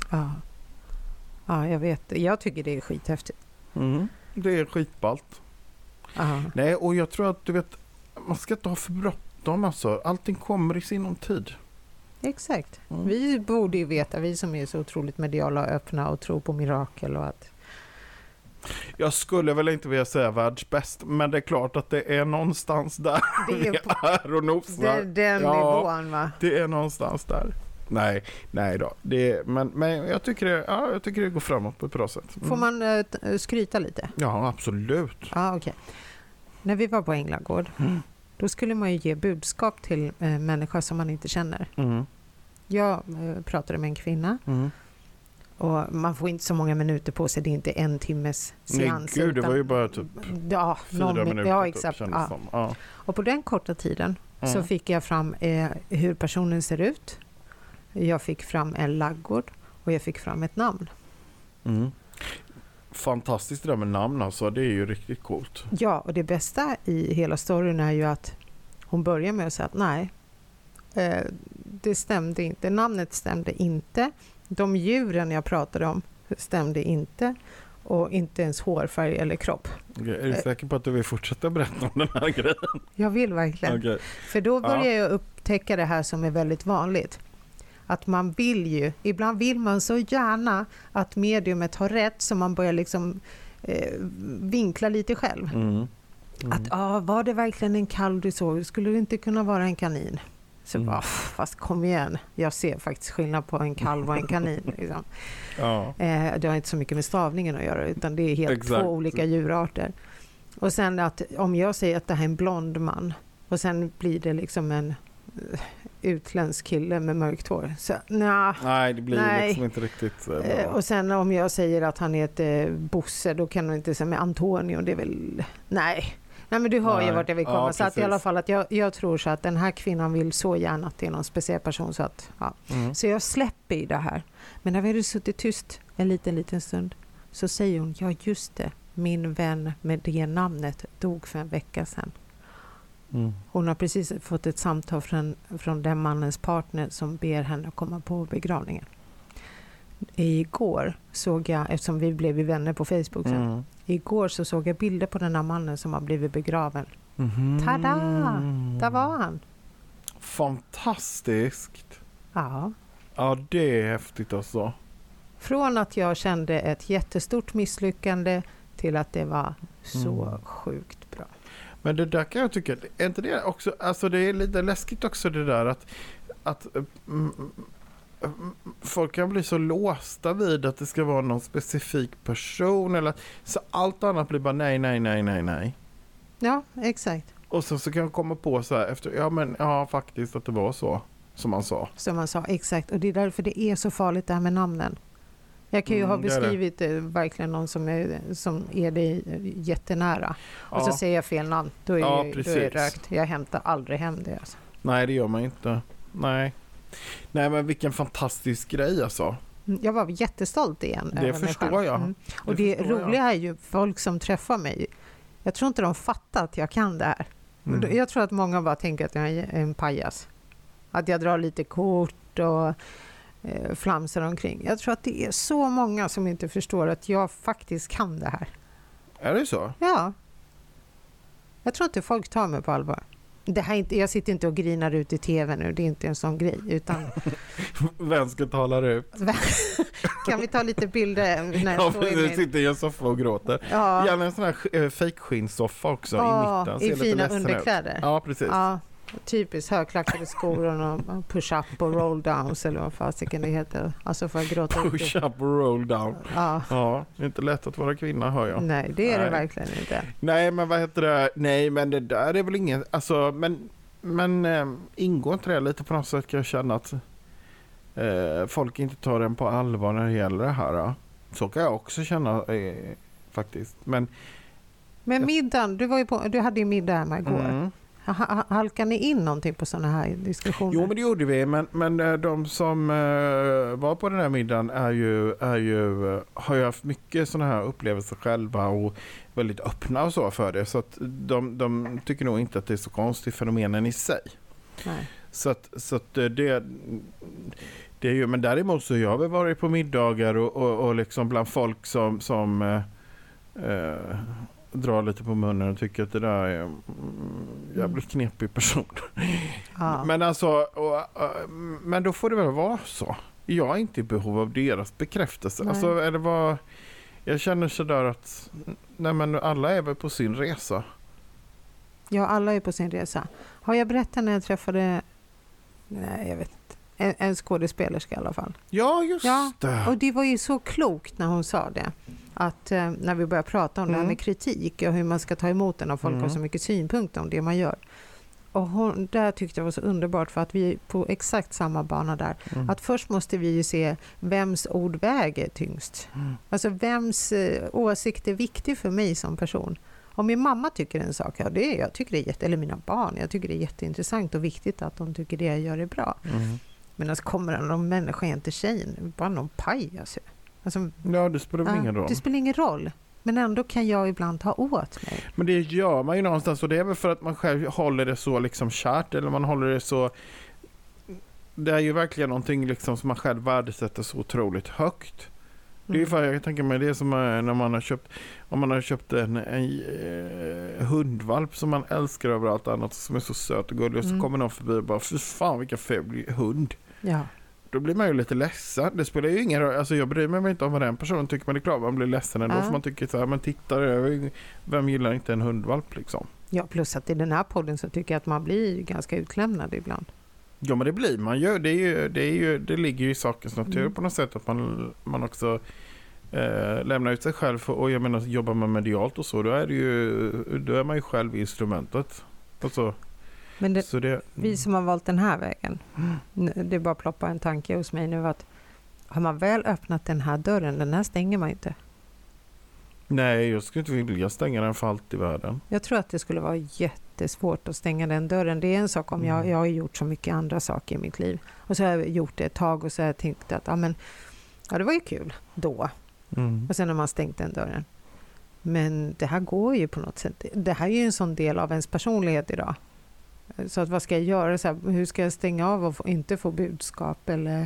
Speaker 1: Ja, jag vet. Jag tycker det är skithäftigt.
Speaker 2: Det är skitballt. Nej, och jag tror att man ska inte ha för bråttom alltså. Allting kommer i sinom tid.
Speaker 1: Exakt. Vi borde ju veta, vi som är så otroligt mediala och öppna och tror på mirakel och att...
Speaker 2: Jag skulle väl inte vilja säga världsbäst, men det är klart att det är någonstans där vi är och nosar.
Speaker 1: Den nivån, va?
Speaker 2: Det är någonstans där. Nej då. Men jag tycker det går framåt på ett bra sätt.
Speaker 1: Får man skryta lite?
Speaker 2: Ja, absolut.
Speaker 1: Ja, okej. När vi var på Änglagård, då skulle man ju ge budskap till människor som man inte känner. Jag pratade med en kvinna. Och man får inte så många minuter på sig. Det är inte 1 timmes seans.
Speaker 2: Nej, gud, det var ju bara typ 4 minuter.
Speaker 1: Ja, exakt.
Speaker 2: Typ,
Speaker 1: ja. Och på den korta tiden så fick jag fram hur personen ser ut. Jag fick fram en laggård och jag fick fram ett namn.
Speaker 2: Fantastiskt det där med namn alltså. Det är ju riktigt coolt.
Speaker 1: Ja, och det bästa i hela storyn är ju att hon börjar med att säga att nej, det stämde inte. Namnet stämde inte. De djuren jag pratade om stämde inte. Och inte ens hårfärg eller kropp.
Speaker 2: Okay, är du säker på att du vill fortsätta berätta om den här grejen?
Speaker 1: Jag vill verkligen.
Speaker 2: Okay.
Speaker 1: För då börjar jag upptäcka det här som är väldigt vanligt. Att man ibland vill man så gärna att mediumet har rätt så man börjar liksom vinkla lite själv. Att var det verkligen en kalv du såg? Skulle det inte kunna vara en kanin? Så fast kom igen, jag ser faktiskt skillnad på en kalv och en kanin. Liksom. Det har inte så mycket med stavningen att göra utan det är helt två olika djurarter. Och sen att om jag säger att det här är en blond man och sen blir det liksom en utländsk kille med mörkt hår. Så,
Speaker 2: nej, det blir liksom inte riktigt bra.
Speaker 1: Och sen om jag säger att han heter Bosse, då kan du inte säga med Antonio, det är väl... Nej, men du hör ju vart jag vill komma. Ja, så att i alla fall att jag tror så att den här kvinnan vill så gärna att det är någon speciell person. Så, att, så jag släpper i det här. Men när vi hade suttit tyst en liten stund så säger hon, ja just det, min vän med det namnet dog för en vecka sedan. Hon har precis fått ett samtal från den mannens partner som ber henne att komma på begravningen. Igår såg jag, eftersom vi blev vänner på Facebook sen, igår så såg jag bilder på den här mannen som har blivit begraven. Tada! Där var han.
Speaker 2: Fantastiskt.
Speaker 1: Ja.
Speaker 2: Ja, det är häftigt alltså.
Speaker 1: Från att jag kände ett jättestort misslyckande till att det var så sjukt bra.
Speaker 2: Men det där kan jag tycka, är inte det också, alltså det är lite läskigt också det där att folk kan bli så låsta vid att det ska vara någon specifik person eller så allt annat blir bara nej.
Speaker 1: Ja, exakt.
Speaker 2: Och så kan jag komma på så här efter, faktiskt att det var så som man sa.
Speaker 1: Som man sa, exakt. Och det är därför det är så farligt det här med namnen. Jag kan ju ha beskrivit verkligen någon som är det jättenära. Och så säger jag fel namn. Då är det rökt. Jag hämtar aldrig hem det. Alltså.
Speaker 2: Nej, det gör man inte. Nej, men vilken fantastisk grej alltså.
Speaker 1: Jag var jättestolt igen.
Speaker 2: Det förstår jag.
Speaker 1: Och det roliga är ju folk som träffar mig. Jag tror inte de fattar att jag kan det här. Jag tror att många bara tänker att jag är en pajas. Att jag drar lite kort och flamsar omkring. Jag tror att det är så många som inte förstår att jag faktiskt kan det här.
Speaker 2: Är det så?
Speaker 1: Ja. Jag tror inte folk tar mig på allvar. Det här inte, jag sitter inte och grinar ut i tv nu, det är inte en sån grej. Utan...
Speaker 2: Vem ska tala ut?
Speaker 1: Kan vi ta lite bilder när jag står i min...
Speaker 2: sitter i en soffa och gråter. Ja. Gärna en sån här fejkskinnssoffa också i mitten.
Speaker 1: I fina underkläder.
Speaker 2: Ja, precis.
Speaker 1: Ja, typiskt högklackade skor och push-up och roll-downs eller vad fasiken det heter. Alltså för att gråta.
Speaker 2: Push-up och roll-down. Ja, det är inte lätt att vara kvinna, hör jag.
Speaker 1: Nej, det är det verkligen inte.
Speaker 2: Nej, men vad heter det? Nej, men det där är väl ingen... Alltså, men ingår inte det lite på något sätt, kan jag känna att folk inte tar den på allvar när det gäller det här. Då. Så kan jag också känna faktiskt. Men
Speaker 1: middagen, du hade ju middag hemma igår. Halkar ni in någonting på sådana här diskussioner?
Speaker 2: Jo, men det gjorde vi. Men de som var på den här middagen har ju haft mycket sådana här upplevelser själva och väldigt öppna och så för det. Så att de tycker nog inte att det är så konstigt fenomenen i sig.
Speaker 1: Nej.
Speaker 2: Så att det är ju, men däremot så jag har väl varit på middagar och liksom bland folk som drar lite på munnen och tycker att det där är en jävligt knepig person. Ja. Men alltså, men då får det väl vara så. Jag är inte i behov av deras bekräftelse.
Speaker 1: Nej.
Speaker 2: Alltså, är det vad jag känner så där att nej, men alla är väl på sin resa.
Speaker 1: Ja, alla är på sin resa. Har jag berättat när jag träffade, nej jag vet inte, en skådespelerska i alla fall.
Speaker 2: Ja, just det.
Speaker 1: Och det var ju så klokt när hon sa det. Att när vi började prata om det här med kritik och hur man ska ta emot den av folk har så mycket synpunkter om det man gör. Och hon, där tyckte jag var så underbart för att vi är på exakt samma bana där. Att först måste vi ju se vems ord väger tyngst. Alltså vems åsikt är viktig för mig som person. Om min mamma tycker en sak, jag tycker det är eller mina barn, jag tycker det är jätteintressant och viktigt att de tycker det jag gör är bra. Men alltså kommer någon människa inte tjejen, bara någon paj alltså.
Speaker 2: Ja, det spelar ingen roll.
Speaker 1: Det spelar ingen roll. Men ändå kan jag ibland ta åt mig.
Speaker 2: Men det gör man ju någonstans och det är väl för att man själv håller det så liksom kärt eller man håller det så... Det är ju verkligen någonting liksom som man själv värdesätter så otroligt högt. Det är ju för jag tänker mig det som när man har köpt om man har köpt en hundvalp som man älskar över allt annat som är så söt och gullig och så kommer någon förbi och bara fy fan vilken ful hund. Ja. Då blir man ju lite ledsen. Det spelar ju ingen roll. Alltså jag bryr mig inte om vad den personen tycker, men det är klart man blir ledsen ändå för man tycker så här, men titta, vem gillar inte en hundvalp liksom? Ja, plus att i den här podden så tycker jag att man blir ganska utlämnad ibland. Ja, men det blir man ju. Det ligger ju i sakens natur på något sätt att man också lämnar ut sig själv och jag menar jobbar man medialt och så, då är man ju själv i instrumentet. Alltså, men vi som har valt den här vägen, det är bara ploppa en tanke hos mig nu att har man väl öppnat den här stänger man inte. Nej, jag skulle inte vilja stänga den för allt i världen. Jag tror att det skulle vara jättesvårt att stänga den dörren. Det är en sak om jag har gjort så mycket andra saker i mitt liv. Och så har jag gjort det ett tag och så har jag tänkt att det var ju kul då. Och sen har man stängt den dörren. Men det här går ju på något sätt. Det här är ju en sån del av ens personlighet idag. Så att vad ska jag göra? Så här, hur ska jag stänga av och inte få budskap eller...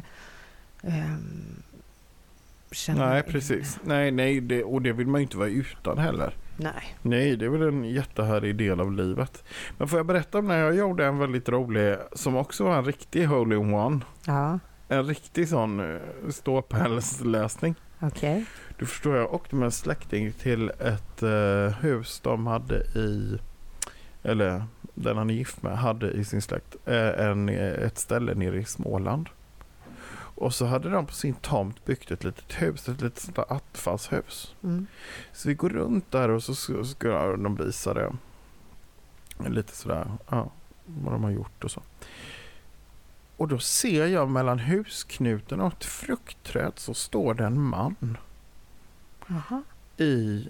Speaker 2: Nej, precis. Nej, och det vill man ju inte vara utan heller. Nej, det är väl en jättehärlig del av livet. Men får jag berätta om när jag gjorde en väldigt rolig, som också var en riktig hole-in-one. Ja. En riktig sån ståpälsläsning. Okej. Du förstår, jag åkte med en släkting till ett hus de hade eller den han är gift med hade i sin släkt ett ställe nere i Småland. Och så hade de på sin tomt byggt ett litet hus, ett litet sånt där attfallshus. Så vi går runt där och så ska de visa det. Lite sådär, vad de har gjort och så. Och då ser jag mellan husknuten och ett fruktträd så står det en man. Aha. I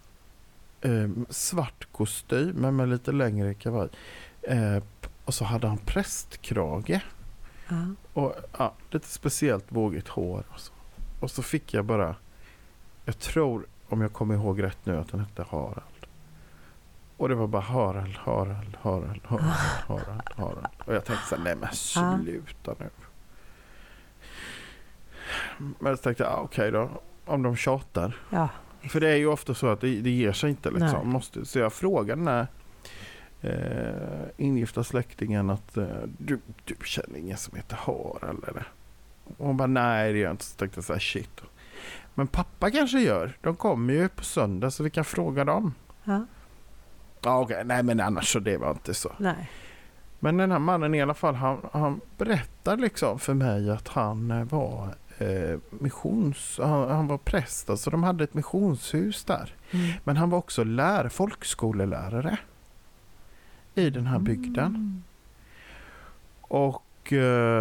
Speaker 2: svart kostym men med lite längre kavaj. Och så hade han prästkrage. Och lite speciellt vågigt hår. Och så fick jag bara, jag tror om jag kommer ihåg rätt nu att han hette Harald. Och det var bara Harald. Och jag tänkte så här, nej men sluta nu. Men jag tänkte, okej då, om de tjatar. Ja. För det är ju ofta så att det ger sig inte liksom. Så jag frågade ingifta släktingen att du känner ingen som heter Harald eller? Och hon bara, nej det gör jag inte. Så tänkte jag så här, shit. Men pappa kanske gör. De kommer ju på söndag så vi kan fråga dem.
Speaker 1: Ja.
Speaker 2: Ja, okej. Nej, men annars så det var inte så.
Speaker 1: Nej.
Speaker 2: Men den här mannen i alla fall, han berättar liksom för mig att han var han var präst. Alltså de hade ett missionshus där. Men han var också folkskolelärare i den här bygden. Och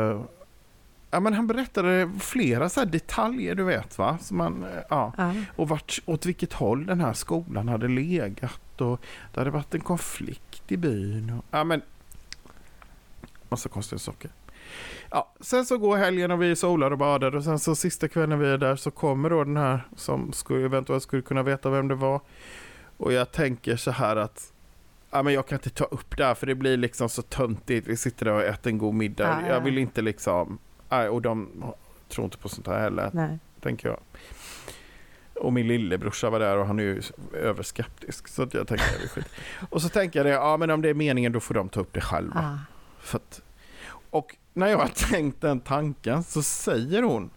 Speaker 2: ja, men han berättade flera så här detaljer, du vet va? Som man, och åt vilket håll den här skolan hade legat. Och det hade varit en konflikt i byn. Och, ja, men massa konstiga saker. Ja, sen så går helgen och vi solar och badar. Och sen så sista kvällen vi är där så kommer då den här som eventuellt skulle kunna veta vem det var. Och jag tänker så här att men jag kan inte ta upp det här för det blir liksom så töntigt. Vi sitter där och äter en god middag. Jag vill inte liksom... och de tror inte på sånt här heller.
Speaker 1: Nej.
Speaker 2: Tänker jag. Och min lillebrorsa var där och han är ju överskeptisk. Så att jag tänker det är skit. Och så tänker jag men om det är meningen då får de ta upp det själva. För att, och när jag har tänkt den tanken så säger hon: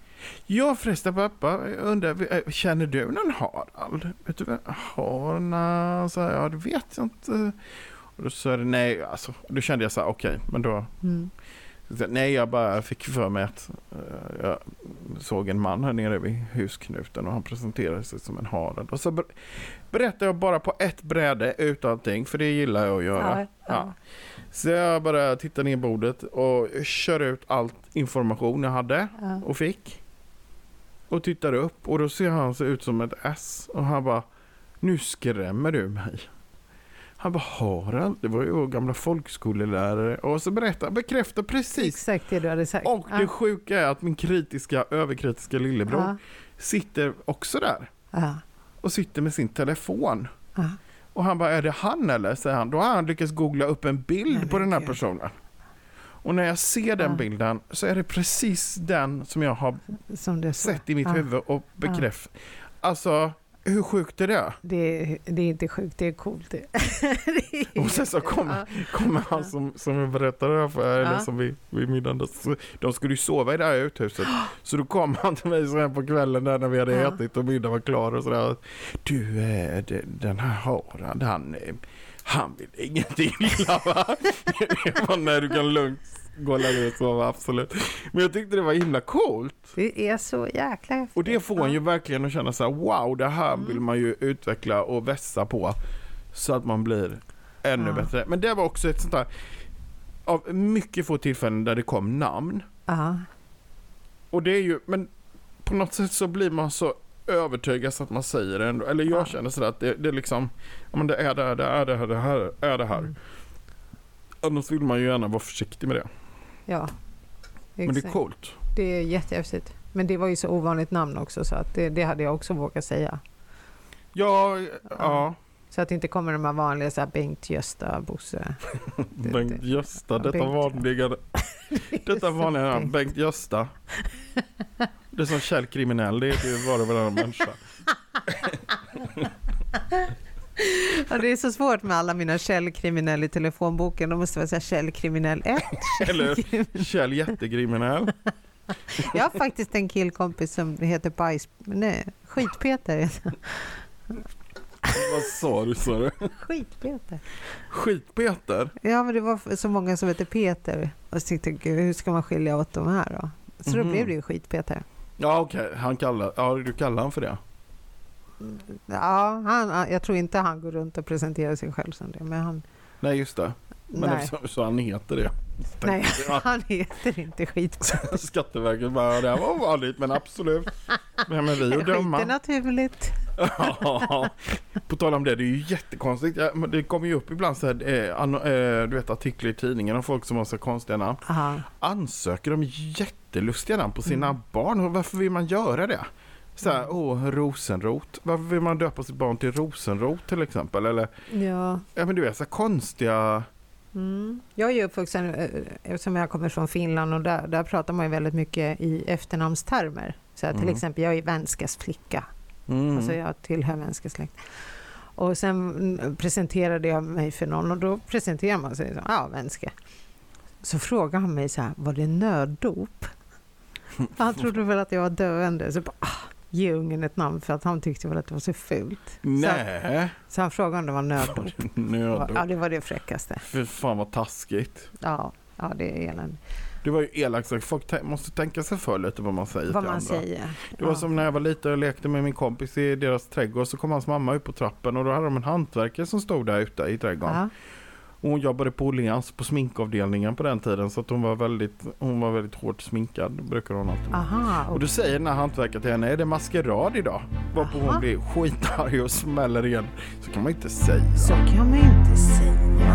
Speaker 2: ja förresten pappa, undrar, känner du någon Harald? Vet du vem Harald? Så jag det vet jag inte. Och då sa det nej, alltså. Då kände jag så här, okej, men då nej, jag bara fick för mig att jag såg en man här nere vid husknuten och han presenterade sig som en Harald. Och så berättade jag bara på ett bräde utan allting, för det gillar jag att göra. Ja. Så jag bara tittade ner i bordet och kör ut allt information jag hade och fick. Och tittar upp och då ser han sig ut som ett S. Och han bara, nu skrämmer du mig. Han bara, Harald, det var ju vår gamla folkskolelärare. Och så bekräftar precis.
Speaker 1: Exakt det du hade sagt.
Speaker 2: Och det sjuka är att min överkritiska lillebror sitter också där. Och sitter med sin telefon. Och han bara, är det han eller? Säger han. Då har han lyckats googla upp en bild på den här personen. Och när jag ser den bilden så är det precis den som jag har sett i mitt huvud och bekräftat. Alltså, hur sjukt är det?
Speaker 1: Det är inte sjukt, det är coolt.
Speaker 2: Och sen så kommer han som jag berättade för eller som vid middagen. De skulle ju sova i det här uthuset. Så då kom han till mig så här på kvällen där när vi hade ätit och middagen var klar och sådär. Du, den här Harald, han vill ingenting illa va? När du kan lugnt gå och lägga ut så, absolut. Men jag tyckte det var himla coolt.
Speaker 1: Det är så jäkla häftigt.
Speaker 2: Och det får en ju verkligen att känna så här, wow, det här vill man ju utveckla och vässa på så att man blir ännu bättre. Men det var också ett sånt där av mycket få tillfällen där det kom namn. Och det är ju, men på något sätt så blir man så övertygad så att man säger det ändå. Eller jag känner sådär att det är liksom, men det är det här. Annars vill man ju gärna vara försiktig med det.
Speaker 1: Ja.
Speaker 2: Men det är coolt.
Speaker 1: Det är jättehäftigt. Men det var ju så ovanligt namn också så att det hade jag också vågat säga.
Speaker 2: Ja.
Speaker 1: Så att det inte kommer de här vanliga så här Bengt, Gösta, Bosse.
Speaker 2: Bengt Gösta, detta vanliga Bengt Gösta. Det är som källkriminell, det är ju var och varannan människa.
Speaker 1: Ja, det är så svårt med alla mina källkriminell i telefonboken. De måste vara så här källkriminell 1.
Speaker 2: Eller käll jättekriminell.
Speaker 1: Jag har faktiskt en killkompis som heter Skitpeter.
Speaker 2: Vad sa du?
Speaker 1: Skitpeter.
Speaker 2: Skitpeter?
Speaker 1: Ja, men det var så många som heter Peter. Och så tänkte jag, hur ska man skilja åt de här då? Så då blev det ju Skitpeter.
Speaker 2: Ja, okej. Du kallar han för det?
Speaker 1: Ja, jag tror inte han går runt och presenterar sig själv som det. Men han...
Speaker 2: Nej, just det. Men så han heter det.
Speaker 1: Nej, han heter inte Skitpeter.
Speaker 2: Skatteverket bara, det här var vanligt, men absolut. Men vi och döma.
Speaker 1: Skit är naturligt.
Speaker 2: Ja, på tal om det, det är ju jättekonstigt. Det kommer ju upp ibland så här, du vet, artiklar i tidningen om folk som har så konstiga namn. Ansöker de jättelustiga namn på sina barn. Varför vill man göra det? Så här, Rosenrot. Varför vill man döpa sitt barn till Rosenrot till exempel? Eller, ja, men du vet, så här konstiga...
Speaker 1: Jag är ju uppvuxen, eftersom jag kommer från Finland och där pratar man ju väldigt mycket i efternamnstermer. Så här, till exempel, jag är Venskas flicka. Alltså jag tillhör Venskas släkt. Och sen presenterade jag mig för någon och då presenterar man sig som, vänska. Så frågade han mig så här, var det nöddop? Han trodde väl att jag var döende. Så bara, ge ungen ett namn för att han tyckte väl att det var så fult.
Speaker 2: Nej.
Speaker 1: Så han frågade om det var nöddop. Ja, det var det fräckaste.
Speaker 2: För fan vad taskigt.
Speaker 1: Ja, det är eländigt.
Speaker 2: Det var ju elakt, så folk måste tänka sig för lite vad man säger
Speaker 1: vad
Speaker 2: till
Speaker 1: man
Speaker 2: andra.
Speaker 1: Säger.
Speaker 2: Det var som när jag var liten och lekte med min kompis i deras trädgård, så kom hans mamma upp på trappen och då hade de en hantverkare som stod där ute i trädgården.
Speaker 1: Ja.
Speaker 2: Och hon jobbade på Åhléns på sminkavdelningen på den tiden, så att hon var väldigt hårt sminkad, brukar hon alltid.
Speaker 1: Aha,
Speaker 2: och då säger den här hantverkaren till henne, är det maskerad idag? Varpå hon blir skitarg och smäller igen. Så kan man inte säga.
Speaker 1: Så kan man inte säga.